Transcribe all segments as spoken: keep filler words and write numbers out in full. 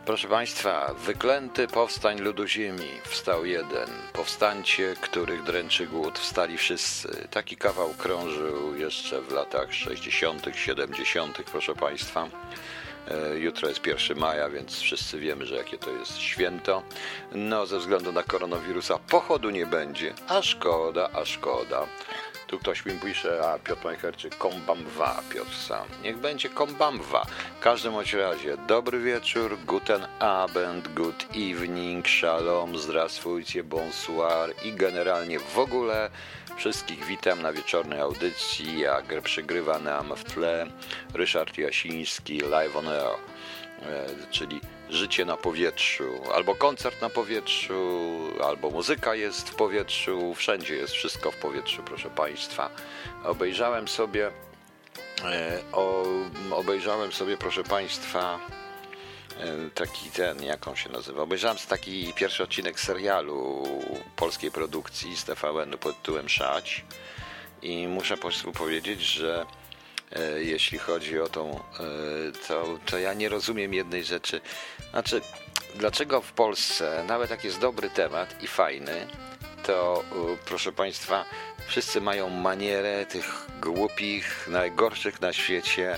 Proszę Państwa, wyklęty powstań ludu ziemi, wstał jeden. Powstańcie, których dręczy głód, wstali wszyscy. Taki kawał krążył jeszcze w latach sześćdziesiątych, siedemdziesiątych, proszę Państwa. Jutro jest pierwszego maja, więc wszyscy wiemy, że jakie to jest święto. No, ze względu na koronawirusa pochodu nie będzie, a szkoda, a szkoda. Tu ktoś mi pisze, a Piotr Majcherczyk, kombamwa, Piotr sam. Niech będzie kombamwa. W każdym bądź razie, dobry wieczór, guten Abend, good evening, shalom, zdrastwujcie, bonsoir i generalnie w ogóle wszystkich witam na wieczornej audycji, jak przygrywa nam w tle Ryszard Jasiński, live on air, czyli życie na powietrzu, albo koncert na powietrzu, albo muzyka jest w powietrzu, wszędzie jest wszystko w powietrzu, proszę Państwa. Obejrzałem sobie, o, obejrzałem sobie, proszę Państwa, taki ten, jak on się nazywa, obejrzałem taki pierwszy odcinek serialu polskiej produkcji z T V N-u pod tytułem Szać i muszę Państwu powiedzieć, że jeśli chodzi o tą, to, to ja nie rozumiem jednej rzeczy. Znaczy, dlaczego w Polsce, nawet jak jest dobry temat i fajny, to proszę Państwa, wszyscy mają manierę tych głupich, najgorszych na świecie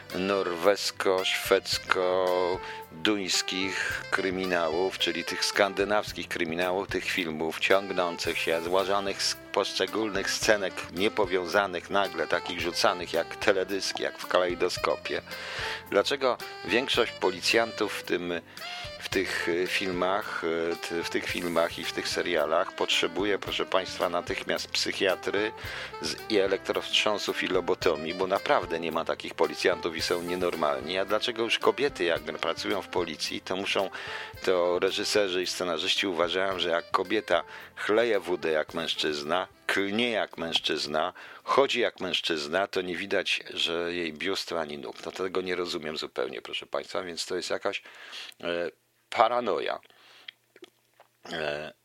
norwesko-szwedzko-duńskich kryminałów, czyli tych skandynawskich kryminałów, tych filmów ciągnących się, złożonych z poszczególnych scenek niepowiązanych, nagle takich rzucanych jak teledyski, jak w kalejdoskopie. Dlaczego większość policjantów w tym w tych filmach, w tych filmach i w tych serialach potrzebuje, proszę Państwa, natychmiast psychiatry i elektrowstrząsów i lobotomii, bo naprawdę nie ma takich policjantów i są nienormalni. A dlaczego już kobiety, jak pracują w policji, to muszą, to reżyserzy i scenarzyści uważają, że jak kobieta chleje wódę jak mężczyzna, klnie jak mężczyzna, chodzi jak mężczyzna, to nie widać, że jej biust ani nóg. No tego nie rozumiem zupełnie, proszę Państwa, więc to jest jakaś e, paranoja. E,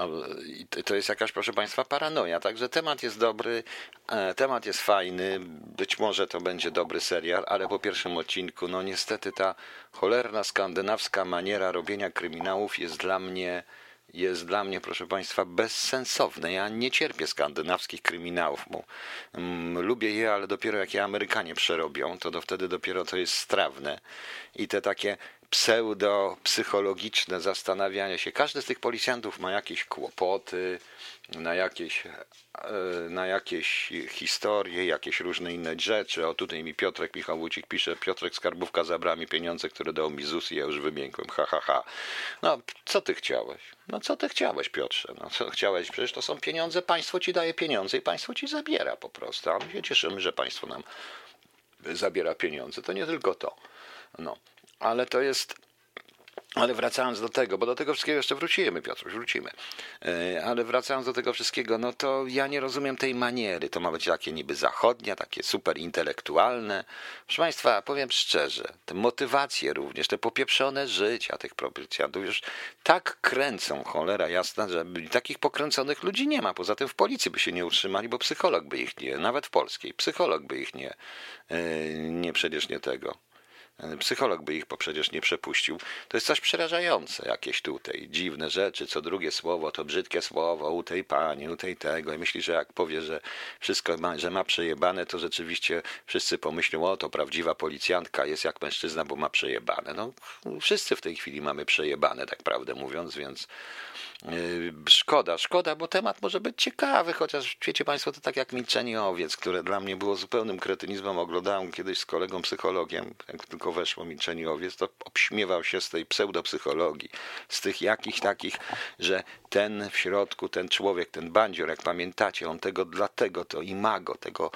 To jest jakaś, proszę Państwa, paranoja. Także temat jest dobry, temat jest fajny, być może to będzie dobry serial, ale po pierwszym odcinku, no niestety ta cholerna skandynawska maniera robienia kryminałów jest dla mnie, jest dla mnie, proszę Państwa, bezsensowne. Ja nie cierpię skandynawskich kryminałów, bo mm, lubię je, ale dopiero jak je Amerykanie przerobią, to do, wtedy dopiero to jest strawne. I te takie pseudo-psychologiczne zastanawianie się. Każdy z tych policjantów ma jakieś kłopoty, na jakieś, na jakieś historie, jakieś różne inne rzeczy. O, tutaj mi Piotrek Michał Wójcik pisze, Piotrek Skarbówka zabrała mi pieniądze, które dał mi Z U S i ja już wymiękłem, ha, ha, ha. No, co ty chciałeś? No, co ty chciałeś, Piotrze? No, co chciałeś? Przecież to są pieniądze, państwo ci daje pieniądze i państwo ci zabiera po prostu. A my się cieszymy, że państwo nam zabiera pieniądze. To nie tylko to. No. Ale to jest, ale wracając do tego, bo do tego wszystkiego jeszcze wrócimy, Piotruś, wrócimy, ale wracając do tego wszystkiego, no to ja nie rozumiem tej maniery, to ma być takie niby zachodnie, takie super intelektualne. Proszę Państwa, powiem szczerze, te motywacje również, te popieprzone życia tych policjantów już tak kręcą, cholera jasna, że takich pokręconych ludzi nie ma, poza tym w policji by się nie utrzymali, bo psycholog by ich nie, nawet w polskiej, psycholog by ich nie, nie przecież nie tego. Psycholog by ich przecież nie przepuścił. To jest coś przerażające, jakieś tutaj dziwne rzeczy, co drugie słowo to brzydkie słowo, u tej pani, u tej tego. I myśli, że jak powie, że wszystko ma, że ma przejebane, to rzeczywiście wszyscy pomyślą, o to prawdziwa policjantka jest jak mężczyzna, bo ma przejebane. No wszyscy w tej chwili mamy przejebane, tak prawdę mówiąc, więc Yy, szkoda, szkoda, bo temat może być ciekawy, chociaż wiecie Państwo, to tak jak Milczenie owiec, które dla mnie było zupełnym kretynizmem. Oglądałem kiedyś z kolegą psychologiem, jak tylko weszło Milczenie owiec, to obśmiewał się z tej pseudopsychologii, z tych jakichś takich, że ten w środku, ten człowiek, ten bandzior, jak pamiętacie, on tego dlatego, to imago tego,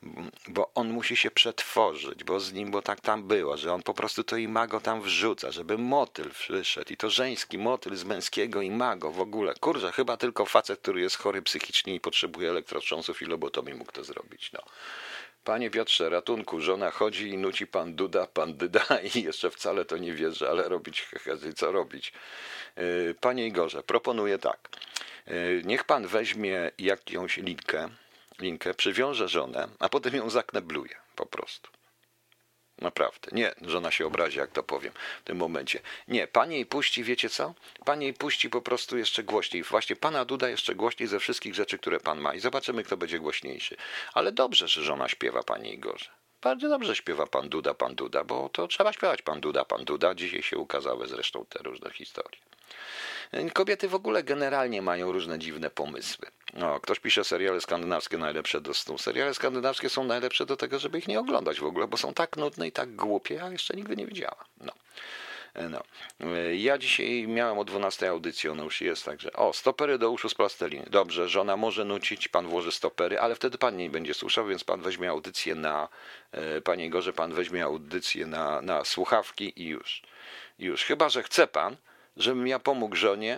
bo on musi się przetworzyć, bo z nim, bo tak tam było, że on po prostu to imago tam wrzuca, żeby motyl przyszedł i to żeński motyl z męskiego imago w ogóle. Kurczę, chyba tylko facet, który jest chory psychicznie i potrzebuje elektrotrząsów i lobotomii mógł to zrobić, no. Panie Piotrze, ratunku, żona chodzi i nuci pan Duda, pan Dyda i jeszcze wcale to nie wierzę, ale robić, co robić. Panie Igorze, proponuję tak. Niech pan weźmie jakąś linkę, linkę, przywiąże żonę, a potem ją zaknebluje po prostu. Naprawdę. Nie, żona się obrazi, jak to powiem w tym momencie. Nie, pani jej puści, wiecie co? Pani jej puści po prostu jeszcze głośniej. Właśnie pana Duda jeszcze głośniej ze wszystkich rzeczy, które pan ma. I zobaczymy, kto będzie głośniejszy. Ale dobrze, że żona śpiewa pani Igorze. Bardzo dobrze śpiewa pan Duda, pan Duda, bo to trzeba śpiewać pan Duda, pan Duda. Dzisiaj się ukazały zresztą te różne historie. Kobiety w ogóle generalnie mają różne dziwne pomysły. O, ktoś pisze seriale skandynawskie najlepsze do snu. Seriale skandynawskie są najlepsze do tego, żeby ich nie oglądać w ogóle, bo są tak nudne i tak głupie, ja jeszcze nigdy nie widziałam. No. No. Ja dzisiaj miałem o dwunastej audycję, ona już jest, także o, stopery do uszu z plasteliny. Dobrze, żona może nucić, pan włoży stopery, ale wtedy pan nie będzie słyszał, więc pan weźmie audycję na, panie Igorze, pan weźmie audycję na, na słuchawki i już. Już, chyba że chce pan, żebym ja pomógł żonie,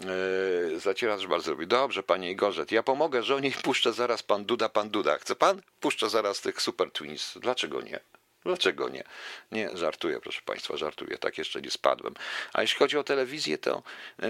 yy, zacieracz bar zrobi. Dobrze, panie Igorze, ja pomogę żonie i puszczę zaraz pan Duda, pan Duda. Chce pan? Puszczę zaraz tych Super Twins. Dlaczego nie? Dlaczego nie? Nie, żartuję, proszę państwa, żartuję. Tak jeszcze nie spadłem. A jeśli chodzi o telewizję, to... Yy,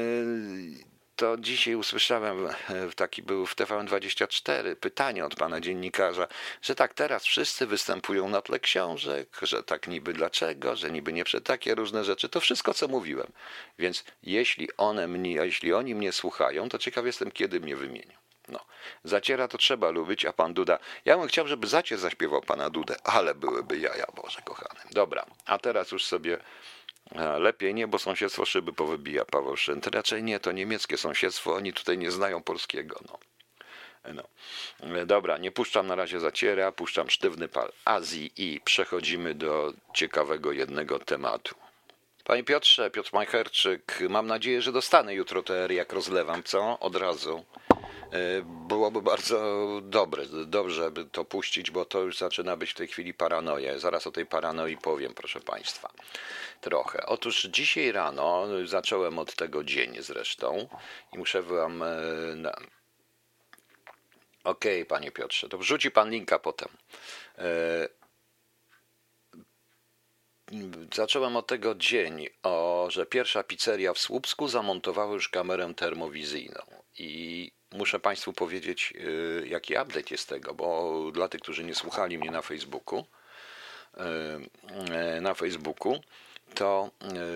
to dzisiaj usłyszałem, taki był w T V N dwadzieścia cztery, pytanie od pana dziennikarza, że tak teraz wszyscy występują na tle książek, że tak niby dlaczego, że niby nie przed takie różne rzeczy. To wszystko, co mówiłem. Więc jeśli one mnie, jeśli oni mnie słuchają, to ciekaw jestem, kiedy mnie wymienią. No. Zaciera to trzeba lubić, a pan Duda... Ja bym chciał, żeby Zacier zaśpiewał pana Dudę, ale byłyby jaja, Boże kochany. Dobra, a teraz już sobie... Lepiej nie, bo sąsiedztwo szyby powybija, Paweł Szynт. Raczej nie, to niemieckie sąsiedztwo, oni tutaj nie znają polskiego. No. No. Dobra, nie puszczam na razie Zaciera, puszczam sztywny pal Azji i przechodzimy do ciekawego jednego tematu. Panie Piotrze, Piotr Majcherczyk, mam nadzieję, że dostanę jutro T R, jak rozlewam, co? Od razu. Byłoby bardzo dobre, dobrze by to puścić, bo to już zaczyna być w tej chwili paranoja. Zaraz o tej paranoi powiem, proszę państwa. Trochę. Otóż dzisiaj rano, zacząłem od tego dzień zresztą i muszę wam... Na... Okej, okay, panie Piotrze, to wrzuci pan linka potem. Zacząłem od tego dzień, o, że pierwsza pizzeria w Słupsku zamontowała już kamerę termowizyjną i muszę państwu powiedzieć, jaki update jest tego, bo dla tych, którzy nie słuchali mnie na Facebooku, na Facebooku, to,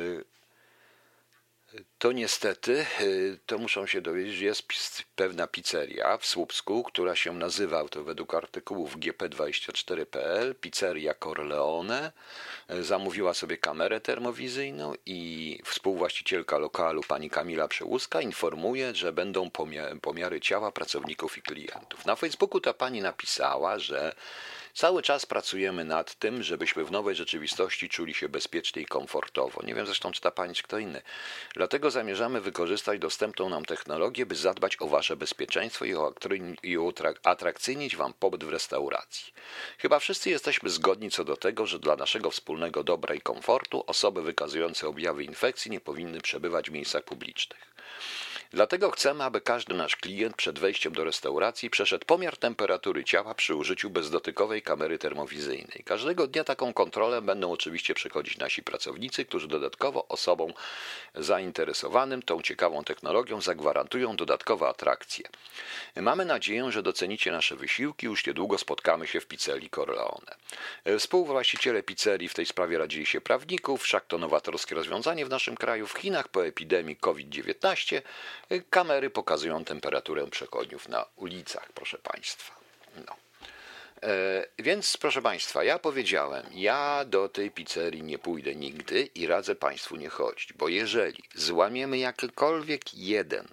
to niestety to muszą się dowiedzieć, że jest pewna pizzeria w Słupsku, która się nazywa, to według artykułów G P dwadzieścia cztery kropka P L, Pizzeria Corleone, zamówiła sobie kamerę termowizyjną i współwłaścicielka lokalu, pani Kamila Przełuska, informuje, że będą pomiary ciała pracowników i klientów. Na Facebooku ta pani napisała, że cały czas pracujemy nad tym, żebyśmy w nowej rzeczywistości czuli się bezpiecznie i komfortowo. Nie wiem zresztą, czy ta pani, czy kto inny. Dlatego zamierzamy wykorzystać dostępną nam technologię, by zadbać o wasze bezpieczeństwo i uatrakcyjnić wam pobyt w restauracji. Chyba wszyscy jesteśmy zgodni co do tego, że dla naszego wspólnego dobra i komfortu osoby wykazujące objawy infekcji nie powinny przebywać w miejscach publicznych. Dlatego chcemy, aby każdy nasz klient przed wejściem do restauracji przeszedł pomiar temperatury ciała przy użyciu bezdotykowej kamery termowizyjnej. Każdego dnia taką kontrolę będą oczywiście przechodzić nasi pracownicy, którzy dodatkowo osobom zainteresowanym tą ciekawą technologią zagwarantują dodatkowe atrakcje. Mamy nadzieję, że docenicie nasze wysiłki, już niedługo spotkamy się w pizzerii Corleone. Współwłaściciele pizzerii w tej sprawie radzili się prawników, wszak to nowatorskie rozwiązanie w naszym kraju. W Chinach po epidemii COVID dziewiętnaście kamery pokazują temperaturę przechodniów na ulicach, proszę państwa. No. E, więc, proszę państwa, ja powiedziałem, ja do tej pizzerii nie pójdę nigdy i radzę państwu nie chodzić, bo jeżeli złamiemy jakikolwiek jeden,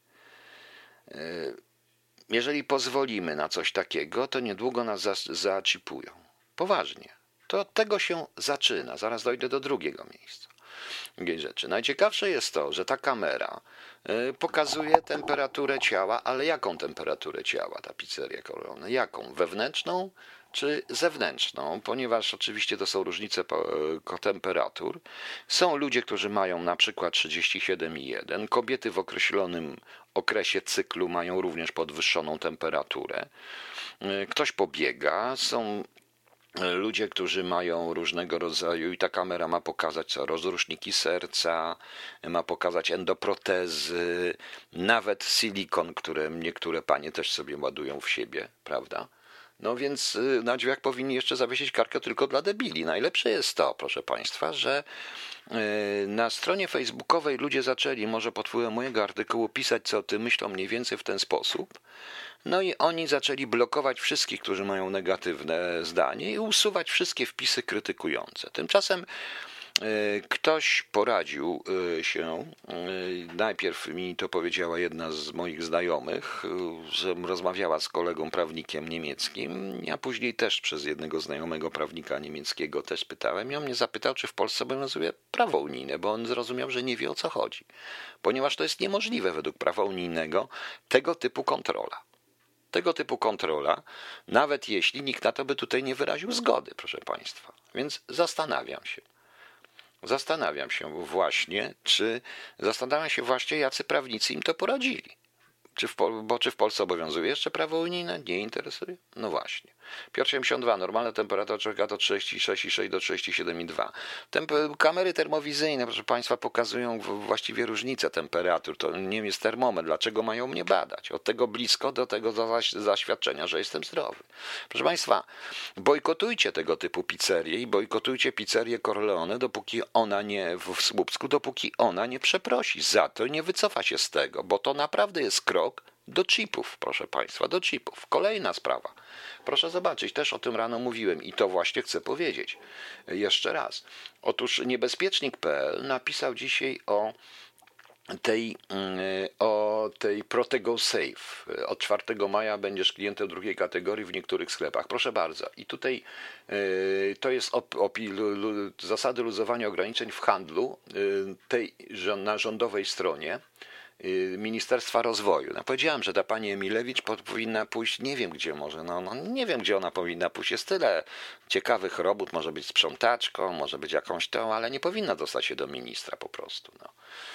e, jeżeli pozwolimy na coś takiego, to niedługo nas za, zaczipują. Poważnie. To od tego się zaczyna. Zaraz dojdę do drugiego miejsca. Drugiej rzeczy. Najciekawsze jest to, że ta kamera pokazuje temperaturę ciała, ale jaką temperaturę ciała ta pizzeria Corleone? Jaką? Wewnętrzną czy zewnętrzną? Ponieważ oczywiście to są różnice temperatur. Są ludzie, którzy mają na przykład trzydzieści siedem i jeden. Kobiety w określonym okresie cyklu mają również podwyższoną temperaturę. Ktoś pobiega. Są ludzie, którzy mają różnego rodzaju i ta kamera ma pokazać co? Rozruszniki serca, ma pokazać endoprotezy, nawet silikon, które niektóre panie też sobie ładują w siebie, prawda? No więc na drzwiach powinni jeszcze zawiesić kartkę tylko dla debili. Najlepsze jest to, proszę Państwa, że na stronie facebookowej ludzie zaczęli, może pod wpływem mojego artykułu, pisać, co o tym myślą mniej więcej w ten sposób. No i oni zaczęli blokować wszystkich, którzy mają negatywne zdanie i usuwać wszystkie wpisy krytykujące. Tymczasem ktoś poradził się, najpierw mi to powiedziała jedna z moich znajomych, że rozmawiała z kolegą prawnikiem niemieckim, ja później też przez jednego znajomego prawnika niemieckiego też pytałem i on mnie zapytał, czy w Polsce obowiązuje prawo unijne, bo on zrozumiał, że nie wie, o co chodzi, ponieważ to jest niemożliwe według prawa unijnego tego typu kontrola. Tego typu kontrola, nawet jeśli nikt na to by tutaj nie wyraził zgody, proszę Państwa. Więc zastanawiam się. Zastanawiam się właśnie, czy zastanawiam się właśnie, jacy prawnicy im to poradzili. Czy w, bo czy w Polsce obowiązuje jeszcze prawo unijne? Nie interesuje? No właśnie. Piotr siedemdziesiąt dwa. Normalna temperatura człowieka to trzydzieści sześć przecinek sześć do trzydzieści siedem przecinek dwa. Temp- kamery termowizyjne, proszę Państwa, pokazują właściwie różnicę temperatur. To nie jest termometr. Dlaczego mają mnie badać? Od tego blisko do tego zaświadczenia, że jestem zdrowy. Proszę Państwa, bojkotujcie tego typu pizzerie i bojkotujcie pizzerię Corleone, dopóki ona nie, w Słupsku, dopóki ona nie przeprosi za to i nie wycofa się z tego, bo to naprawdę jest krok do chipów, proszę Państwa, do chipów. Kolejna sprawa. Proszę zobaczyć, też o tym rano mówiłem i to właśnie chcę powiedzieć jeszcze raz. Otóż niebezpiecznik kropka pe el napisał dzisiaj o tej, o tej Protego Safe. Od czwartego maja będziesz klientem drugiej kategorii w niektórych sklepach. Proszę bardzo. I tutaj to jest op, op, zasady luzowania ograniczeń w handlu tej na rządowej stronie Ministerstwa Rozwoju. No, powiedziałem, że ta pani Emilewicz powinna pójść, nie wiem gdzie może, no, no nie wiem gdzie ona powinna pójść. Jest tyle ciekawych robót, może być sprzątaczką, może być jakąś tą, ale nie powinna dostać się do ministra po prostu. No.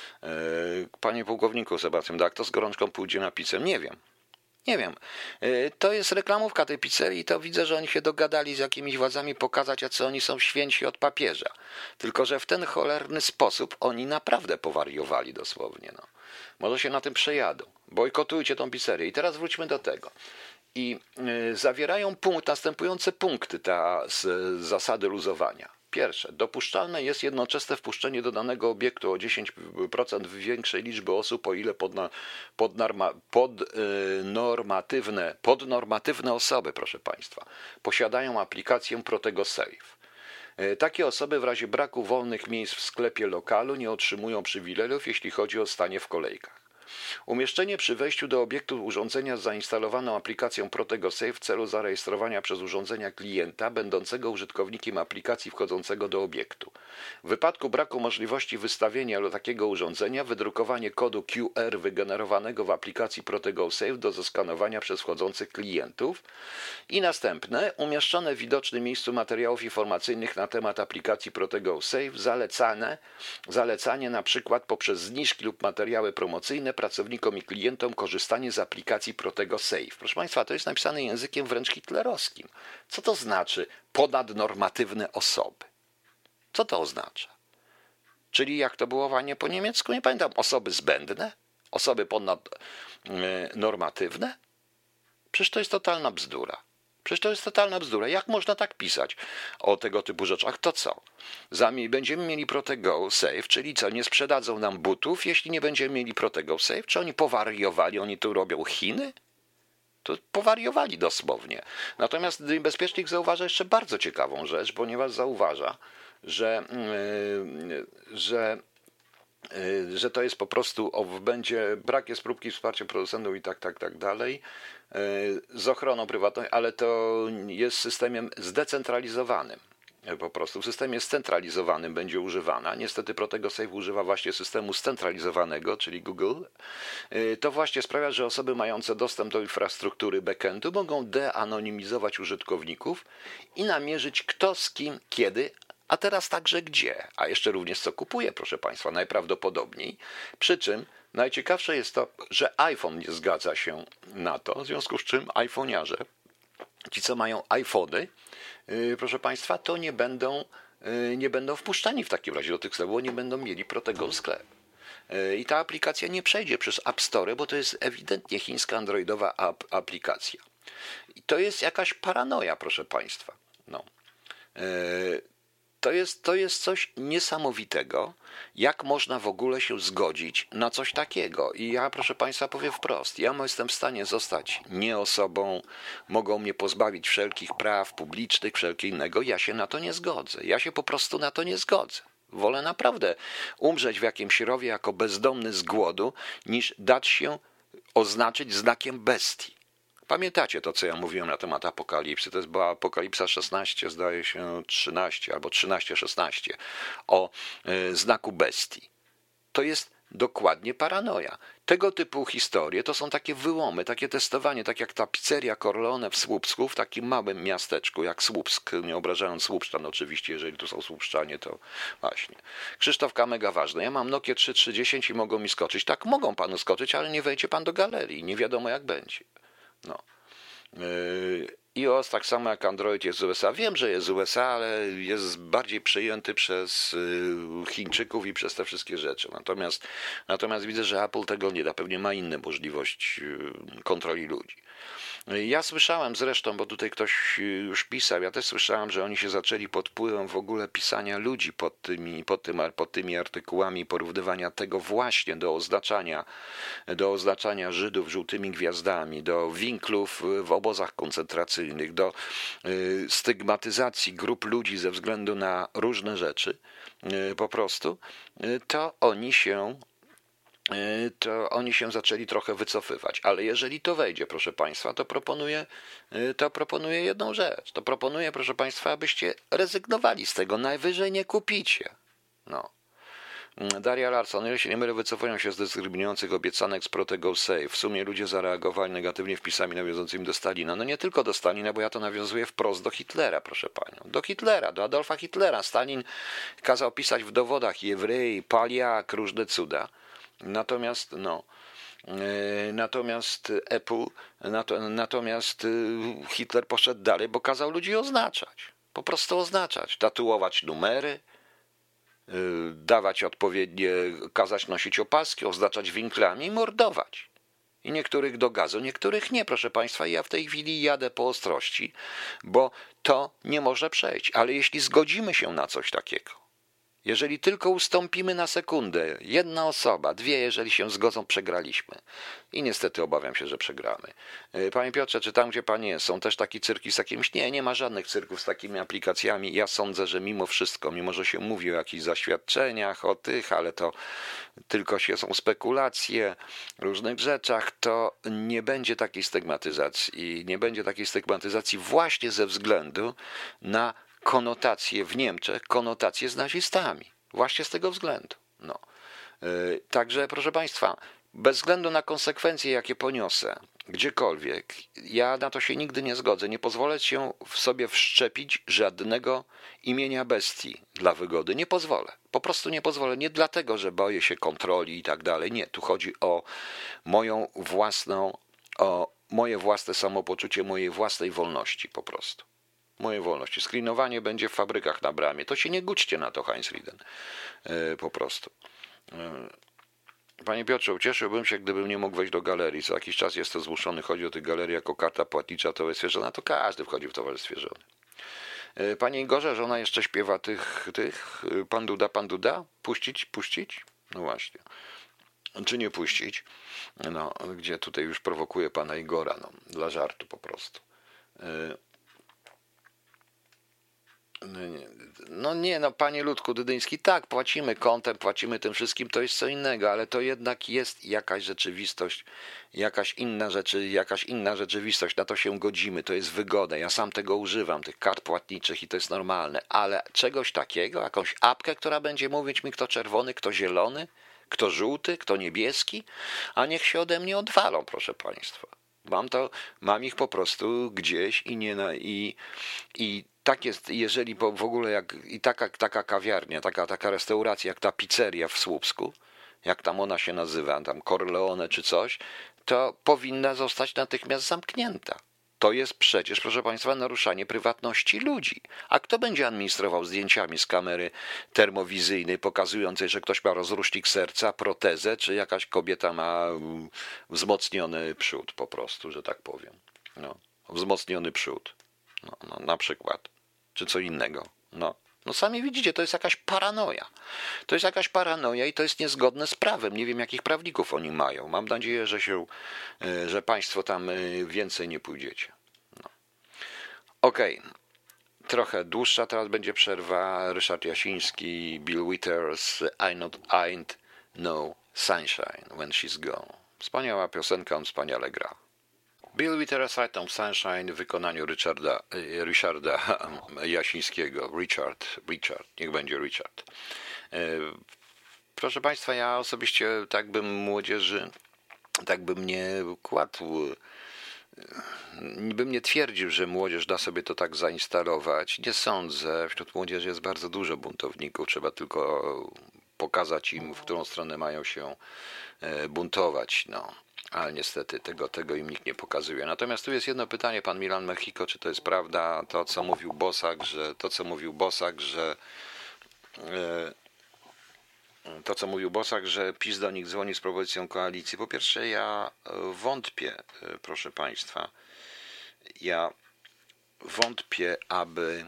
Panie pułkowniku Sebastian, jak to z gorączką pójdzie na pizzę? Nie wiem. Nie wiem. To jest reklamówka tej pizzerii i to widzę, że oni się dogadali z jakimiś władzami pokazać, jacy oni są święci od papieża. Tylko że w ten cholerny sposób oni naprawdę powariowali dosłownie. No. Może się na tym przejadą. Bojkotujcie tą pizzerię. I teraz wróćmy do tego. I y, zawierają punkt, następujące punkty ta z, z zasady luzowania. Pierwsze, dopuszczalne jest jednoczesne wpuszczenie do danego obiektu o dziesięć procent większej liczby osób, o ile podna, podnorma, podnormatywne, podnormatywne osoby, proszę Państwa, posiadają aplikację Protego Safe. Takie osoby w razie braku wolnych miejsc w sklepie lokalu nie otrzymują przywilejów, jeśli chodzi o stanie w kolejkach. Umieszczenie przy wejściu do obiektu urządzenia z zainstalowaną aplikacją Protego Safe w celu zarejestrowania przez urządzenia klienta będącego użytkownikiem aplikacji wchodzącego do obiektu. W wypadku braku możliwości wystawienia do takiego urządzenia wydrukowanie kodu Q R wygenerowanego w aplikacji Protego Safe do zeskanowania przez wchodzących klientów. I następne, umieszczone w widocznym miejscu materiałów informacyjnych na temat aplikacji Protego Safe, zalecane, zalecanie na przykład poprzez zniżki lub materiały promocyjne pracownikom i klientom korzystanie z aplikacji Protego Safe. Proszę Państwa, to jest napisane językiem wręcz hitlerowskim. Co to znaczy ponadnormatywne osoby? Co to oznacza? Czyli jak to było wanie po niemiecku? Nie pamiętam. Osoby zbędne? Osoby ponadnormatywne? Przecież to jest totalna bzdura. Przecież to jest totalna bzdura. Jak można tak pisać o tego typu rzeczach? To co? Zami będziemy mieli Protego Safe, czyli co? Nie sprzedadzą nam butów, jeśli nie będziemy mieli Protego Safe? Czy oni powariowali? Oni tu robią Chiny? To powariowali dosłownie. Natomiast niebezpiecznik zauważa jeszcze bardzo ciekawą rzecz, ponieważ zauważa, że, yy, że że to jest po prostu, o, będzie, brak jest próbki wsparcia producentów i tak, tak, tak dalej, z ochroną prywatną, ale to jest systemem zdecentralizowanym. Po prostu w systemie scentralizowanym będzie używana. Niestety Protego Safe używa właśnie systemu scentralizowanego, czyli Google. To właśnie sprawia, że osoby mające dostęp do infrastruktury backendu mogą deanonimizować użytkowników i namierzyć kto z kim, kiedy, a teraz także gdzie, a jeszcze również co kupuje, proszę Państwa, najprawdopodobniej. Przy czym najciekawsze jest to, że iPhone nie zgadza się na to, w związku z czym iPhoniarze, ci co mają iPhony, yy, proszę Państwa, to nie będą, yy, nie będą wpuszczani w takim razie do tych sklepów, bo nie będą mieli Protego sklep. Yy, I ta aplikacja nie przejdzie przez App Store, bo to jest ewidentnie chińska androidowa ap- aplikacja. I to jest jakaś paranoja, proszę Państwa. No. To jest, to jest coś niesamowitego, jak można w ogóle się zgodzić na coś takiego. I ja, proszę Państwa, powiem wprost, ja jestem w stanie zostać nie osobą, mogą mnie pozbawić wszelkich praw publicznych, wszelkiego innego, ja się na to nie zgodzę. Ja się po prostu na to nie zgodzę. Wolę naprawdę umrzeć w jakimś rowie jako bezdomny z głodu, niż dać się oznaczyć znakiem bestii. Pamiętacie to, co ja mówiłem na temat apokalipsy? To jest była Apokalipsa szesnaście, zdaje się trzynaście albo trzynaście szesnaście o y, znaku bestii. To jest dokładnie paranoja. Tego typu historie to są takie wyłomy, takie testowanie, tak jak ta pizzeria Corleone w Słupsku, w takim małym miasteczku jak Słupsk, nie obrażając Słupszczan oczywiście, jeżeli tu są Słupszczanie, to właśnie. Krzysztofka, mega ważne. Ja mam Nokia trzy tysiące trzysta i mogą mi skoczyć. Tak, mogą panu skoczyć, ale nie wejdzie pan do galerii. Nie wiadomo jak będzie. No. iOS tak samo jak Android jest z U S A. Wiem, że jest z U S A, ale jest bardziej przejęty przez Chińczyków i przez te wszystkie rzeczy. Natomiast, natomiast widzę, że Apple tego nie da. Pewnie ma inne możliwość kontroli ludzi. Ja słyszałem zresztą, bo tutaj ktoś już pisał, ja też słyszałem, że oni się zaczęli pod wpływem w ogóle pisania ludzi pod tymi, pod tym, pod tymi artykułami, porównywania tego właśnie do oznaczania, do oznaczania Żydów żółtymi gwiazdami, do winklów w obozach koncentracyjnych, do stygmatyzacji grup ludzi ze względu na różne rzeczy, po prostu, to oni się to oni się zaczęli trochę wycofywać. Ale jeżeli to wejdzie, proszę Państwa, to proponuję, to proponuję jedną rzecz. To proponuję, proszę Państwa, abyście rezygnowali z tego. Najwyżej nie kupicie. No. Daria Larson, ile się nie mylę, wycofują się z dyskryminujących obiecanek z Protego Save. W sumie ludzie zareagowali negatywnie wpisami nawiązującymi do Stalina. No nie tylko do Stalina, bo ja to nawiązuję wprost do Hitlera, proszę Panią. Do Hitlera, do Adolfa Hitlera. Stalin kazał pisać w dowodach Jewrej, Paliak, różne cuda. Natomiast, no, natomiast Apple, natomiast Hitler poszedł dalej, bo kazał ludzi oznaczać. Po prostu oznaczać, tatuować numery, dawać odpowiednie, kazać nosić opaski, oznaczać winklami i mordować. I niektórych do gazu, niektórych nie, proszę Państwa. Ja w tej chwili jadę po ostrości, bo to nie może przejść. Ale jeśli zgodzimy się na coś takiego, jeżeli tylko ustąpimy na sekundę, jedna osoba, dwie, jeżeli się zgodzą, przegraliśmy. I niestety obawiam się, że przegramy. Panie Piotrze, czy tam, gdzie Pan jest, są też takie cyrki z jakimś... Nie, nie ma żadnych cyrków z takimi aplikacjami. Ja sądzę, że mimo wszystko, mimo że się mówi o jakichś zaświadczeniach, o tych, ale to tylko się są spekulacje, różnych rzeczach, to nie będzie takiej stygmatyzacji. I nie będzie takiej stygmatyzacji właśnie ze względu na konotacje w Niemczech, konotacje z nazistami. Właśnie z tego względu. No. Yy, także, proszę Państwa, bez względu na konsekwencje, jakie poniosę, gdziekolwiek, ja na to się nigdy nie zgodzę. Nie pozwolę się w sobie wszczepić żadnego imienia bestii dla wygody. Nie pozwolę. Po prostu nie pozwolę. Nie dlatego, że boję się kontroli i tak dalej. Nie. Tu chodzi o moją własną, o moje własne samopoczucie, mojej własnej wolności po prostu. Mojej wolności. Screenowanie będzie w fabrykach na bramie. To się nie gućcie na to, Heinz Rieden. Yy, po prostu. Yy. Panie Piotrze, ucieszyłbym się, gdybym nie mógł wejść do galerii. Co jakiś czas jestem zmuszony chodzić do tych galerii jako karta płatnicza towarzystwie żona. To każdy wchodzi w towarzystwie żony. Yy, Panie Igorze, żona jeszcze śpiewa tych, tych Pan Duda, Pan Duda? Puścić, puścić? No właśnie. Czy nie puścić? No, gdzie tutaj już prowokuje pana Igora, no, dla żartu po prostu. Yy. No nie, no panie Ludku Dydyński, tak, płacimy kontem, płacimy tym wszystkim, to jest co innego, ale to jednak jest jakaś rzeczywistość, jakaś inna rzeczy, jakaś inna rzeczywistość, na to się godzimy, to jest wygoda, ja sam tego używam, tych kart płatniczych i to jest normalne, ale czegoś takiego, jakąś apkę, która będzie mówić mi kto czerwony, kto zielony, kto żółty, kto niebieski, a niech się ode mnie odwalą, proszę państwa. Mam to, mam ich po prostu gdzieś i nie na, i, i tak jest, jeżeli w ogóle jak i taka, taka kawiarnia, taka, taka restauracja jak ta pizzeria w Słupsku, jak tam ona się nazywa, tam Corleone czy coś, to powinna zostać natychmiast zamknięta. To jest przecież, proszę Państwa, naruszanie prywatności ludzi. A kto będzie administrował zdjęciami z kamery termowizyjnej pokazującej, że ktoś ma rozrusznik serca, protezę, czy jakaś kobieta ma wzmocniony przód po prostu, że tak powiem. No. wzmocniony przód, no, no, na przykład, czy co innego. No. No sami widzicie, to jest jakaś paranoja. To jest jakaś paranoja i to jest niezgodne z prawem. Nie wiem, jakich prawników oni mają. Mam nadzieję, że się, że państwo tam więcej nie pójdziecie. No. Okej. Okay. Trochę dłuższa teraz będzie przerwa. Ryszard Jasiński, Bill Withers, I not ain't no sunshine when she's gone. Wspaniała piosenka, on wspaniale gra. Bill Withers, I no sunshine w wykonaniu Richarda, Ryszarda Jasińskiego. Richard, Richard, niech będzie Richard. Proszę Państwa, ja osobiście tak bym młodzieży, tak bym nie kładł, bym nie twierdził, że młodzież da sobie to tak zainstalować. Nie sądzę. Wśród młodzieży jest bardzo dużo buntowników. Trzeba tylko pokazać im, w którą stronę mają się buntować. No. Ale niestety tego, tego im nikt nie pokazuje. Natomiast tu jest jedno pytanie, pan Milan Mexico, czy to jest prawda, to co mówił Bosak, że to co mówił Bosak, że to co mówił Bosak, że PiS do nich dzwoni z propozycją koalicji. Po pierwsze, ja wątpię, proszę Państwa, ja wątpię, aby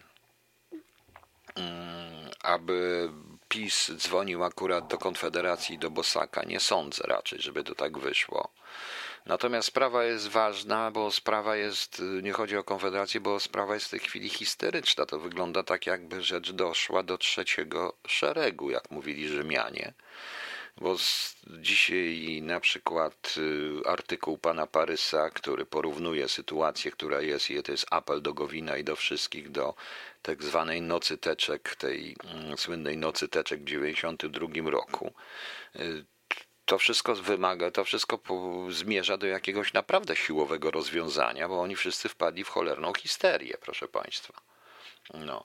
aby PiS dzwonił akurat do Konfederacji i do Bosaka. Nie sądzę raczej, żeby to tak wyszło. Natomiast sprawa jest ważna, bo sprawa jest, nie chodzi o Konfederację, bo sprawa jest w tej chwili histeryczna. To wygląda tak, jakby rzecz doszła do trzeciego szeregu, jak mówili Rzymianie. Bo dzisiaj na przykład artykuł pana Parysa, który porównuje sytuację, która jest, i to jest apel do Gowina i do wszystkich, do tak zwanej nocy teczek, tej słynnej nocy teczek w dziewięćdziesiątym drugim roku. To wszystko wymaga, to wszystko zmierza do jakiegoś naprawdę siłowego rozwiązania, bo oni wszyscy wpadli w cholerną histerię, proszę Państwa. No.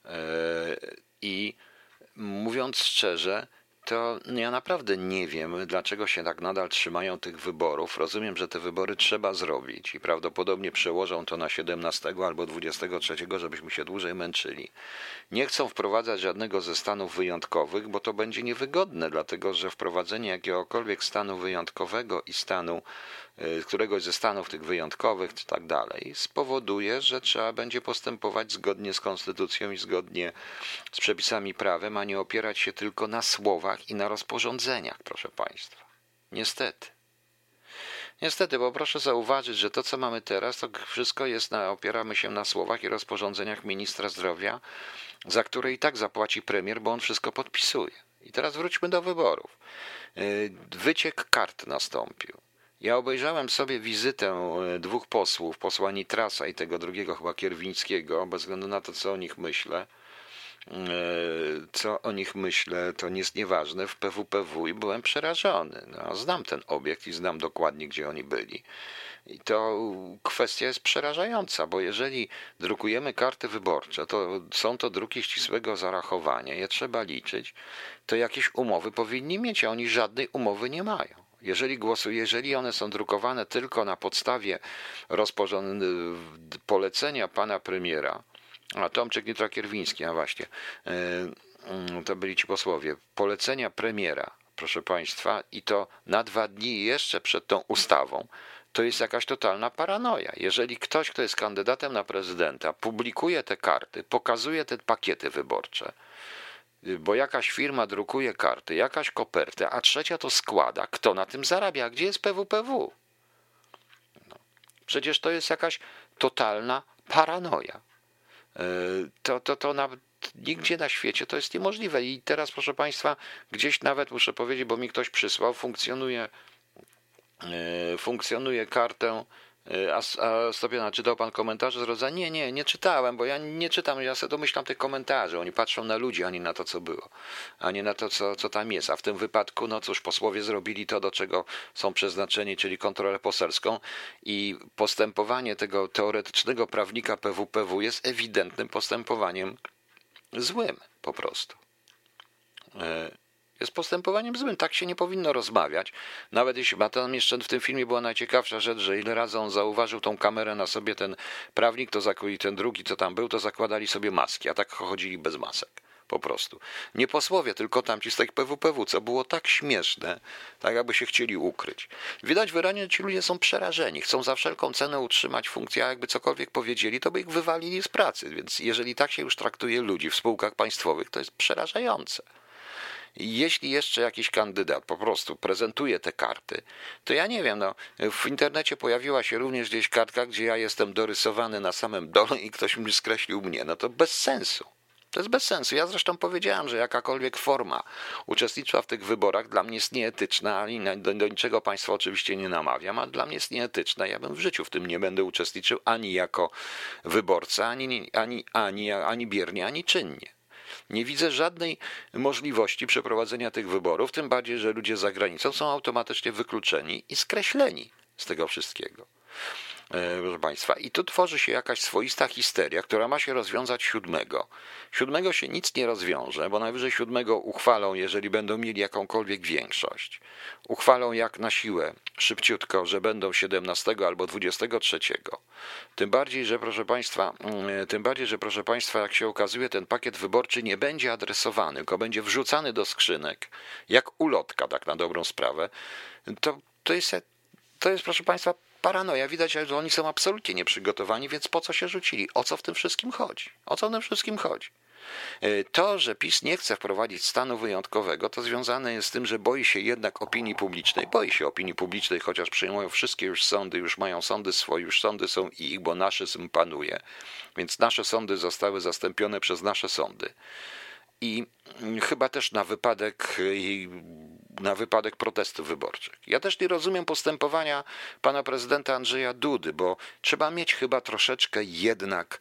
I mówiąc szczerze, to ja naprawdę nie wiem, dlaczego się tak nadal trzymają tych wyborów. Rozumiem, że te wybory trzeba zrobić i prawdopodobnie przełożą to na siedemnastego albo dwudziestego trzeciego, żebyśmy się dłużej męczyli. Nie chcą wprowadzać żadnego ze stanów wyjątkowych, bo to będzie niewygodne, dlatego że wprowadzenie jakiegokolwiek stanu wyjątkowego i stanu, któregoś ze stanów tych wyjątkowych i tak dalej, spowoduje, że trzeba będzie postępować zgodnie z konstytucją i zgodnie z przepisami prawem, a nie opierać się tylko na słowach i na rozporządzeniach, proszę Państwa. Niestety. Niestety, bo proszę zauważyć, że to, co mamy teraz, to wszystko jest na, opieramy się na słowach i rozporządzeniach ministra zdrowia, za które i tak zapłaci premier, bo on wszystko podpisuje. I teraz wróćmy do wyborów. Wyciek kart nastąpił. Ja obejrzałem sobie wizytę dwóch posłów, posła Nitrasa i tego drugiego chyba Kierwińskiego, bez względu na to, co o nich myślę. Co o nich myślę, to nie jest nieważne, w P W P W i byłem przerażony. No, znam ten obiekt i znam dokładnie, gdzie oni byli. I to kwestia jest przerażająca, bo jeżeli drukujemy karty wyborcze, to są to druki ścisłego zarachowania, je trzeba liczyć, to jakieś umowy powinni mieć, a oni żadnej umowy nie mają. Jeżeli głosuje, jeżeli one są drukowane tylko na podstawie rozporządzenia, polecenia pana premiera, a Tomczyk Nitra-Kierwiński, a właśnie, to byli ci posłowie, polecenia premiera, proszę Państwa, i to na dwa dni jeszcze przed tą ustawą, to jest jakaś totalna paranoja. Jeżeli ktoś, kto jest kandydatem na prezydenta, publikuje te karty, pokazuje te pakiety wyborcze, bo jakaś firma drukuje karty, jakaś kopertę, a trzecia to składa, kto na tym zarabia? Gdzie jest P W P W? No. Przecież to jest jakaś totalna paranoja. To, to, to nawet nigdzie na świecie to jest niemożliwe. I teraz, proszę Państwa, gdzieś nawet muszę powiedzieć, bo mi ktoś przysłał, funkcjonuje, funkcjonuje kartę. A, a Stopiana, czytał pan komentarze z rodzaju? Nie, nie, nie czytałem, bo ja nie czytam, ja sobie domyślam tych komentarzy. Oni patrzą na ludzi, a nie na to, co było, a nie na to, co, co tam jest. A w tym wypadku, no cóż, posłowie zrobili to, do czego są przeznaczeni, czyli kontrolę poselską i postępowanie tego teoretycznego prawnika P W P W jest ewidentnym postępowaniem złym po prostu. Jest postępowaniem złym. Tak się nie powinno rozmawiać. Nawet jeśli, a tam jeszcze w tym filmie była najciekawsza rzecz, że ile razy on zauważył tą kamerę na sobie, ten prawnik, to i ten drugi, co tam był, to zakładali sobie maski, a tak chodzili bez masek. po prostu. Nie posłowie, tylko tamci z tych P W P W, co było tak śmieszne, tak jakby się chcieli ukryć. Widać wyraźnie, że ci ludzie są przerażeni, chcą za wszelką cenę utrzymać funkcję, a jakby cokolwiek powiedzieli, to by ich wywalili z pracy, więc jeżeli tak się już traktuje ludzi w spółkach państwowych, to jest przerażające. Jeśli jeszcze jakiś kandydat po prostu prezentuje te karty, to ja nie wiem, no, w internecie pojawiła się również gdzieś kartka, gdzie ja jestem dorysowany na samym dole i ktoś mi skreślił mnie. No to bez sensu. To jest bez sensu. Ja zresztą powiedziałem, że jakakolwiek forma uczestnictwa w tych wyborach dla mnie jest nieetyczna, ani do, do niczego państwa oczywiście nie namawiam, a dla mnie jest nieetyczna. Ja bym w życiu w tym nie będę uczestniczył ani jako wyborca, ani, ani, ani, ani biernie, ani czynnie. Nie widzę żadnej możliwości przeprowadzenia tych wyborów, tym bardziej, że ludzie za granicą są automatycznie wykluczeni i skreśleni z tego wszystkiego. Proszę Państwa, i tu tworzy się jakaś swoista histeria, która ma się rozwiązać siódmego. Siódmego się nic nie rozwiąże, bo najwyżej siódmego uchwalą, jeżeli będą mieli jakąkolwiek większość. Uchwalą jak na siłę, szybciutko, że będą siedemnastego albo dwudziestego trzeciego. Tym bardziej, że proszę Państwa, tym bardziej, że proszę Państwa, jak się okazuje, ten pakiet wyborczy nie będzie adresowany, tylko będzie wrzucany do skrzynek, jak ulotka, tak na dobrą sprawę. To, to jest, to jest, proszę Państwa, paranoja. Widać, że oni są absolutnie nieprzygotowani, więc po co się rzucili? O co w tym wszystkim chodzi? O co w tym wszystkim chodzi? To, że PiS nie chce wprowadzić stanu wyjątkowego, to związane jest z tym, że boi się jednak opinii publicznej. Boi się opinii publicznej, chociaż przyjmują wszystkie już sądy, już mają sądy swoje, już sądy są ich, bo naszyzm panuje. Więc nasze sądy zostały zastąpione przez nasze sądy. I chyba też na wypadek, na wypadek protestów wyborczych. Ja też nie rozumiem postępowania pana prezydenta Andrzeja Dudy, bo trzeba mieć chyba troszeczkę jednak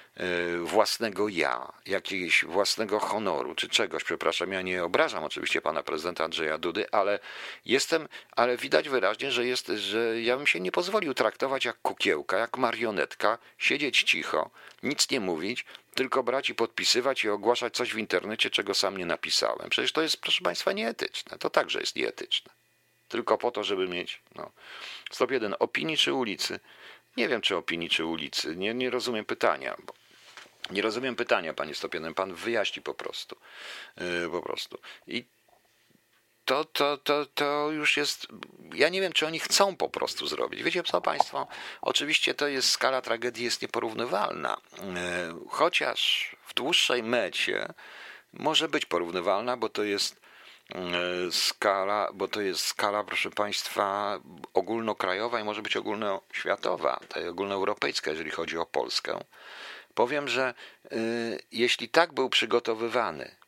własnego ja, jakiegoś własnego honoru, czy czegoś, przepraszam, ja nie obrażam oczywiście pana prezydenta Andrzeja Dudy, ale jestem, ale widać wyraźnie, że jest, że ja bym się nie pozwolił traktować jak kukiełka, jak marionetka, siedzieć cicho, nic nie mówić, tylko brać i podpisywać i ogłaszać coś w internecie, czego sam nie napisałem. Przecież to jest, proszę państwa, nieetyczne, to także jest nieetyczne. Tylko po to, żeby mieć, no, stop jeden, opinii czy ulicy? Nie wiem, czy opinii, czy ulicy, nie, nie rozumiem pytania, bo Nie rozumiem pytania, panie Stopienem, pan wyjaśni po prostu. Yy, po prostu. I to, to, to, to już jest, ja nie wiem, czy oni chcą po prostu zrobić. Wiecie co państwo, oczywiście to jest, skala tragedii jest nieporównywalna, yy, chociaż w dłuższej mecie może być porównywalna, bo to jest yy, skala, bo to jest skala, proszę państwa, ogólnokrajowa i może być ogólnoświatowa, ta ogólnoeuropejska, jeżeli chodzi o Polskę. Powiem, że y, jeśli tak był przygotowywany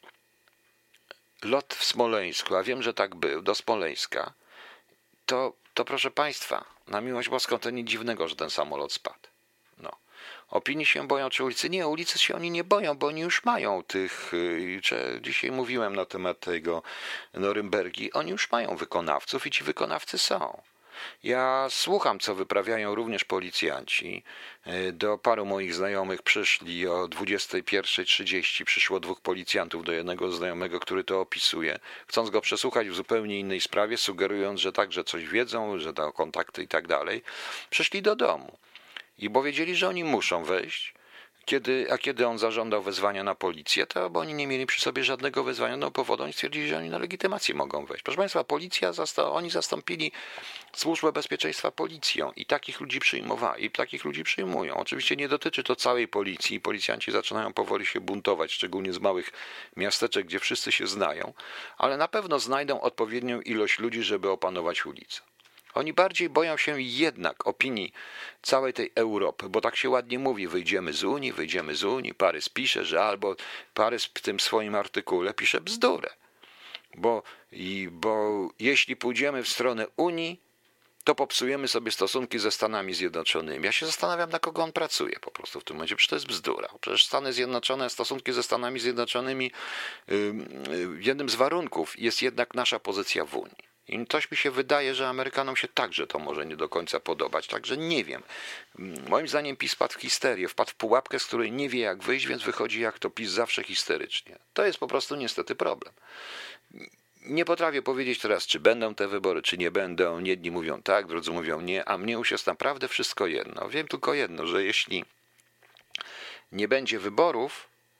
lot w Smoleńsku, a wiem, że tak był, do Smoleńska, to, to proszę państwa, na miłość boską to nic dziwnego, że ten samolot spadł. No. Opinii się boją, czy ulicy? Nie, ulicy się oni nie boją, bo oni już mają tych, y, czy dzisiaj mówiłem na temat tego Norymbergi, oni już mają wykonawców i ci wykonawcy są. Ja słucham, co wyprawiają również policjanci. Do paru moich znajomych przyszli o dwudziestej pierwszej trzydzieści. Przyszło dwóch policjantów do jednego znajomego, który to opisuje. Chcąc go przesłuchać w zupełnie innej sprawie, sugerując, że także coś wiedzą, że dają kontakty i tak dalej, przyszli do domu. I bo wiedzieli, że oni muszą wejść. Kiedy, a kiedy on zażądał wezwania na policję, to bo oni nie mieli przy sobie żadnego wezwania no powodu, oni stwierdzili, że oni na legitymację mogą wejść. Proszę państwa, policja, zasta- oni zastąpili Służbę Bezpieczeństwa policją i takich ludzi przyjmowali, i takich ludzi przyjmują. Oczywiście nie dotyczy to całej policji, policjanci zaczynają powoli się buntować, szczególnie z małych miasteczek, gdzie wszyscy się znają, ale na pewno znajdą odpowiednią ilość ludzi, żeby opanować ulicę. Oni bardziej boją się jednak opinii całej tej Europy, bo tak się ładnie mówi, wyjdziemy z Unii, wyjdziemy z Unii, Parys pisze, że albo Parys w tym swoim artykule pisze bzdurę, bo, i, bo jeśli pójdziemy w stronę Unii, to popsujemy sobie stosunki ze Stanami Zjednoczonymi. Ja się zastanawiam, na kogo on pracuje po prostu w tym momencie, przecież to jest bzdura. Przecież Stany Zjednoczone, stosunki ze Stanami Zjednoczonymi, jednym z warunków jest jednak nasza pozycja w Unii. I coś mi się wydaje, że Amerykanom się także to może nie do końca podobać, także nie wiem. Moim zdaniem PiS wpadł w histerię, wpadł w pułapkę, z której nie wie jak wyjść, więc wychodzi jak to PiS zawsze histerycznie. To jest po prostu niestety problem. Nie potrafię powiedzieć teraz, czy będą te wybory, czy nie będą. Jedni mówią tak, drudzy mówią nie, a mnie już jest naprawdę wszystko jedno. Wiem tylko jedno, że jeśli nie będzie wyborów,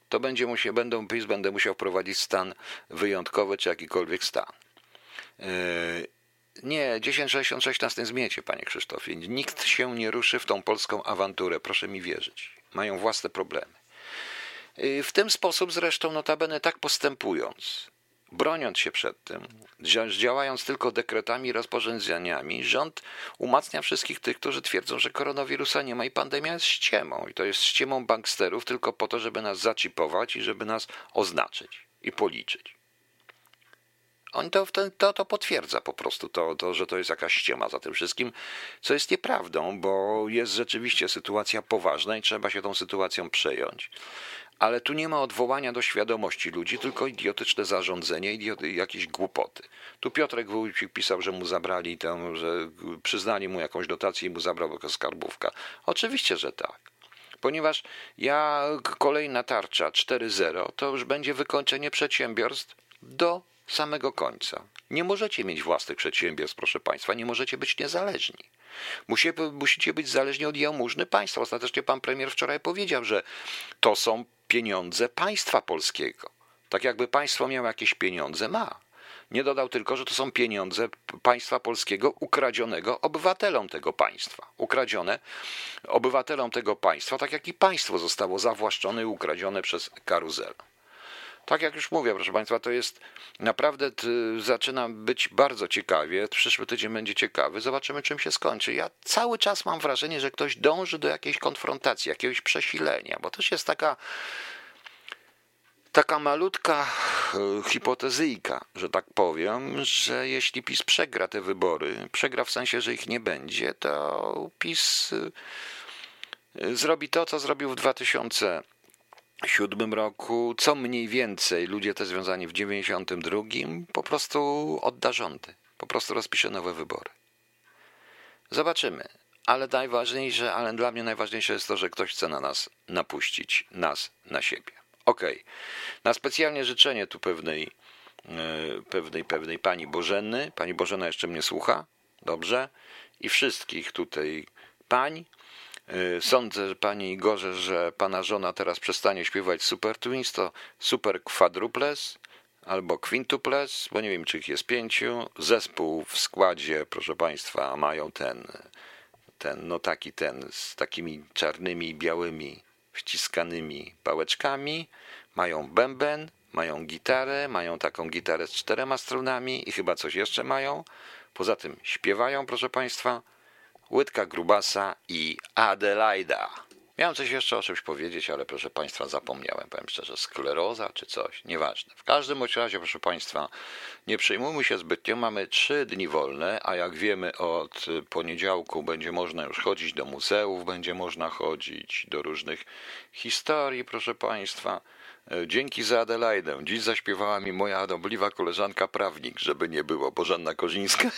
to będzie musiał, będą, PiS będę musiał wprowadzić stan wyjątkowy czy jakikolwiek stan. Yy, nie, tysiąc sześćdziesiąt sześć nas nie zmiecie, panie Krzysztofie. Nikt się nie ruszy w tą polską awanturę, proszę mi wierzyć. Mają własne problemy. Yy, w ten sposób zresztą notabene tak postępując, broniąc się przed tym, działając tylko dekretami i rozporządzeniami, rząd umacnia wszystkich tych, którzy twierdzą, że koronawirusa nie ma i pandemia jest ściemą. I to jest ściemą banksterów tylko po to, żeby nas zaczipować i żeby nas oznaczyć i policzyć. On to, to, to potwierdza po prostu, to, to, że to jest jakaś ściema za tym wszystkim, co jest nieprawdą, bo jest rzeczywiście sytuacja poważna i trzeba się tą sytuacją przejąć. Ale tu nie ma odwołania do świadomości ludzi, tylko idiotyczne zarządzenie, idioty, jakieś głupoty. Tu Piotrek Wójcik pisał, że mu zabrali tam, że przyznali mu jakąś dotację i mu zabrał jako skarbówka. Oczywiście, że tak. Ponieważ ja, kolejna tarcza cztery zero, to już będzie wykończenie przedsiębiorstw do samego końca. Nie możecie mieć własnych przedsiębiorstw, proszę państwa, nie możecie być niezależni. Musicie, musicie być zależni od jałmużny państwa. Ostatecznie pan premier wczoraj powiedział, że to są pieniądze państwa polskiego. Tak jakby państwo miało jakieś pieniądze, ma. Nie dodał tylko, że to są pieniądze państwa polskiego ukradzionego obywatelom tego państwa. Ukradzione obywatelom tego państwa, tak jak i państwo zostało zawłaszczone i ukradzione przez karuzelę. Tak jak już mówię, proszę państwa, to jest naprawdę, zaczyna być bardzo ciekawie, przyszły tydzień będzie ciekawy, zobaczymy czym się skończy. Ja cały czas mam wrażenie, że ktoś dąży do jakiejś konfrontacji, jakiegoś przesilenia, bo też jest taka, taka malutka hipotezyjka, że tak powiem, że jeśli PiS przegra te wybory, przegra w sensie, że ich nie będzie, to PiS zrobi to, co zrobił w dwa tysiące siódmym roku, co mniej więcej ludzie te związani w dziewięćdziesiątym drugim, po prostu odda rządy, po prostu rozpisze nowe wybory. Zobaczymy, ale najważniejsze, ale dla mnie najważniejsze jest to, że ktoś chce na nas napuścić, nas na siebie. Okej, okay. Na specjalnie życzenie tu pewnej, pewnej, pewnej pani Bożeny, pani Bożena jeszcze mnie słucha, dobrze, i wszystkich tutaj pań. Sądzę, pani Igorze, że pana żona teraz przestanie śpiewać Super Twins, to Super Quadruples albo Quintuples, bo nie wiem, czy ich jest pięciu. Zespół w składzie, proszę państwa, mają ten, ten no taki ten, z takimi czarnymi i białymi wciskanymi pałeczkami. Mają bęben, mają gitarę, mają taką gitarę z czterema strunami i chyba coś jeszcze mają. Poza tym śpiewają, proszę państwa, Łydka Grubasa i Adelaida. Miałem coś jeszcze o czymś powiedzieć, ale proszę państwa zapomniałem, powiem szczerze, skleroza czy coś, nieważne. W każdym bądź razie, proszę państwa, nie przejmujmy się zbytnio, mamy trzy dni wolne, a jak wiemy od poniedziałku będzie można już chodzić do muzeów, będzie można chodzić do różnych historii, proszę państwa. Dzięki za Adelaidę. Dziś zaśpiewała mi moja nobliwa koleżanka prawnik, żeby nie było, Bożenna Kozińska.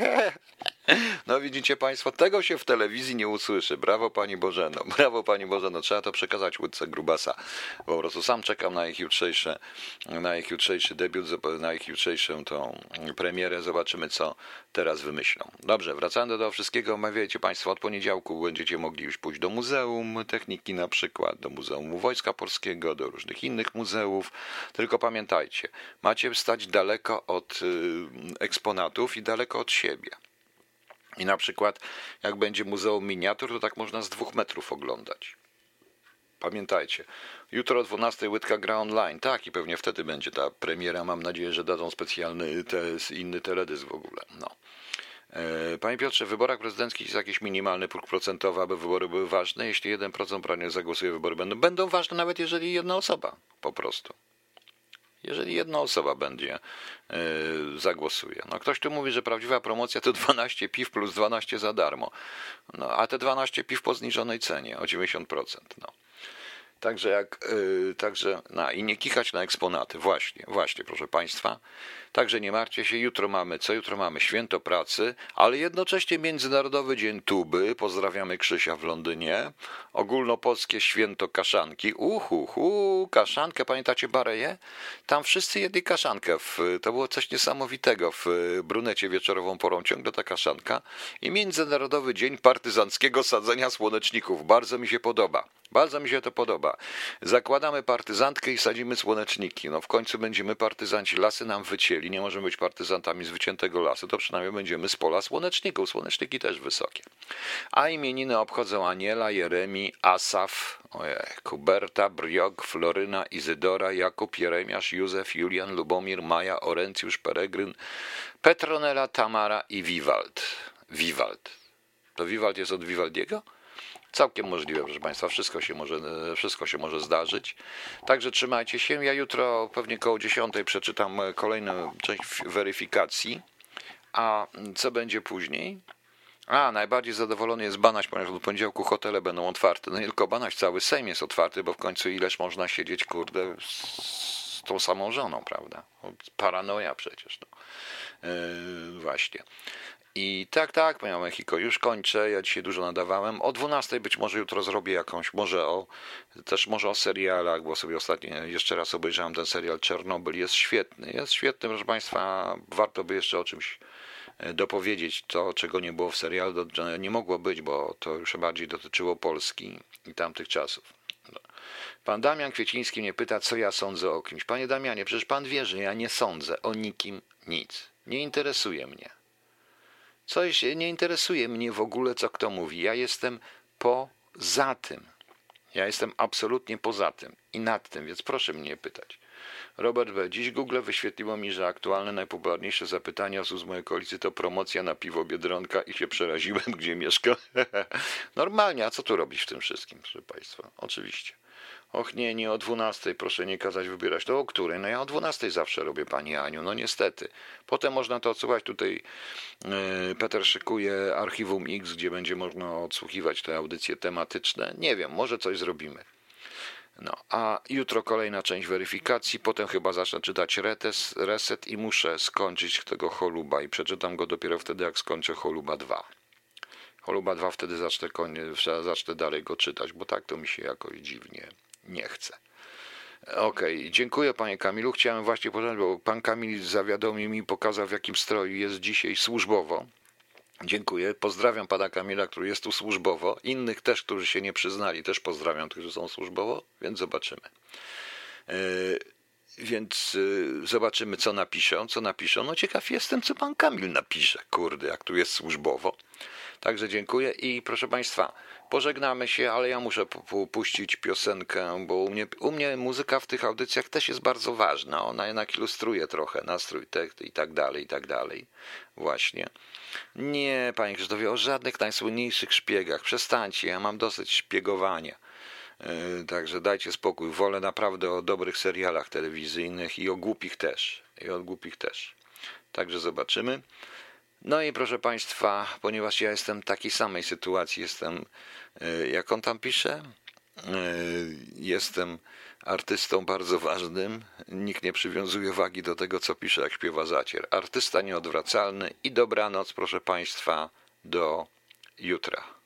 No widzicie państwo, tego się w telewizji nie usłyszy. Brawo pani Bożeno, brawo pani Bożeno. Trzeba to przekazać Łydce Grubasa. Po prostu sam czekam na ich jutrzejsze, na ich jutrzejszy debiut, na ich jutrzejszą tą premierę. Zobaczymy, co teraz wymyślą. Dobrze, wracając do tego wszystkiego, omawiajcie państwo, od poniedziałku będziecie mogli już pójść do Muzeum Techniki na przykład, do Muzeum Wojska Polskiego, do różnych innych muzeów. Tylko pamiętajcie, macie stać daleko od eksponatów i daleko od siebie. I na przykład jak będzie Muzeum Miniatur, to tak można z dwóch metrów oglądać. Pamiętajcie, jutro o dwunastej Łydka gra online. Tak, i pewnie wtedy będzie ta premiera. Mam nadzieję, że dadzą specjalny, te, inny teledysk w ogóle. No. Panie Piotrze, w wyborach prezydenckich jest jakiś minimalny próg procentowy, aby wybory były ważne. Jeśli jeden procent prawie zagłosuje, wybory będą, będą ważne nawet jeżeli jedna osoba po prostu. Jeżeli jedna osoba będzie yy, zagłosuje. No ktoś tu mówi, że prawdziwa promocja to dwanaście piw plus dwanaście za darmo. No a te dwanaście piw po zniżonej cenie o dziewięćdziesiąt procent. No. Także jak, yy, także, no i nie kichać na eksponaty. Właśnie, właśnie, proszę państwa. Także nie martwcie się, jutro mamy, co jutro mamy? Święto pracy, ale jednocześnie Międzynarodowy Dzień Tuby. Pozdrawiamy Krzysia w Londynie. Ogólnopolskie Święto Kaszanki. Uhu, hu, kaszankę, pamiętacie Bareję? Tam wszyscy jedli kaszankę. W, to było coś niesamowitego. W Brunecie wieczorową porą ciągle ta kaszanka. I Międzynarodowy Dzień Partyzanckiego Sadzenia Słoneczników. Bardzo mi się podoba. Bardzo mi się to podoba. Zakładamy partyzantkę i sadzimy słoneczniki. No w końcu będziemy partyzanci. Lasy nam wycięli. Nie możemy być partyzantami z wyciętego lasu. To przynajmniej będziemy z pola słoneczników. Słoneczniki też wysokie. A imieniny obchodzą Aniela, Jeremi, Asaf, ojej, Kuberta, Briok, Floryna, Izydora, Jakub, Jeremiasz, Józef, Julian, Lubomir, Maja, Orencjusz, Peregryn, Petronela, Tamara i Wiwald. Wiwald. To Wiwald jest od Vivaldiego? Całkiem możliwe, proszę Państwa, wszystko się może, wszystko się może zdarzyć. Także trzymajcie się. Ja jutro pewnie koło dziesiątej przeczytam kolejną część weryfikacji. A co będzie później? A, najbardziej zadowolony jest Banaś, ponieważ od poniedziałku hotele będą otwarte. No nie tylko Banaś, cały Sejm jest otwarty, bo w końcu ileż można siedzieć, kurde, z tą samą żoną, prawda? Paranoja przecież, no. Yy, właśnie. I tak, tak, moja Mexico, już kończę, ja dzisiaj dużo nadawałem. O dwunastej być może jutro zrobię jakąś, może o, też może o serialach, bo sobie ostatnio jeszcze raz obejrzałem ten serial Czernobyl, jest świetny, jest świetny, proszę Państwa, warto by jeszcze o czymś dopowiedzieć to, czego nie było w serialu, nie mogło być, bo to już bardziej dotyczyło Polski i tamtych czasów. Pan Damian Kwieciński mnie pyta, co ja sądzę o kimś. Panie Damianie, przecież pan wie, że ja nie sądzę o nikim nic. Nie interesuje mnie. Coś nie interesuje mnie w ogóle, co kto mówi. Ja jestem poza tym. Ja jestem absolutnie poza tym i nad tym, więc proszę mnie pytać. Robert B. Dziś Google wyświetliło mi, że aktualne najpopularniejsze zapytania osób z mojej okolicy to promocja na piwo Biedronka i się przeraziłem, gdzie mieszkam. Normalnie, a co tu robić w tym wszystkim, proszę Państwa? Oczywiście. Och nie, nie o dwunastej, proszę nie kazać wybierać. To o której? No ja o dwunastej zawsze robię, Pani Aniu, no niestety. Potem można to odsłuchać, tutaj yy, Peter szykuje Archiwum X, gdzie będzie można odsłuchiwać te audycje tematyczne. Nie wiem, może coś zrobimy. No, a jutro kolejna część weryfikacji, potem chyba zacznę czytać retes, reset i muszę skończyć tego Choluba i przeczytam go dopiero wtedy, jak skończę Choluba dwa. Choluba dwa wtedy zacznę, zacznę dalej go czytać, bo tak to mi się jakoś dziwnie nie chce. Okej, okay, dziękuję Panie Kamilu. Chciałem właśnie powiedzieć, bo Pan Kamil zawiadomił mi, pokazał w jakim stroju jest dzisiaj służbowo. Dziękuję. Pozdrawiam Pana Kamila, który jest tu służbowo. Innych też, którzy się nie przyznali, też pozdrawiam, którzy są służbowo, więc zobaczymy. Yy, więc yy, zobaczymy, co napiszą. Co napiszą. No ciekaw jestem, co Pan Kamil napisze. Kurde, jak tu jest służbowo. Także dziękuję i proszę Państwa, pożegnamy się, ale ja muszę puścić piosenkę, bo u mnie, u mnie muzyka w tych audycjach też jest bardzo ważna. Ona jednak ilustruje trochę nastrój tekst i tak dalej, i tak dalej. Właśnie. Nie, Panie Krzysztofie, o żadnych najsłynniejszych szpiegach. Przestańcie, ja mam dosyć szpiegowania. Yy, także dajcie spokój. Wolę naprawdę o dobrych serialach telewizyjnych i o głupich też. I o głupich też. Także zobaczymy. No i proszę Państwa, ponieważ ja jestem w takiej samej sytuacji, jestem, jak on tam pisze, jestem artystą bardzo ważnym, nikt nie przywiązuje wagi do tego, co pisze, jak śpiewa Zacier. Artysta nieodwracalny i dobranoc, proszę Państwa, do jutra.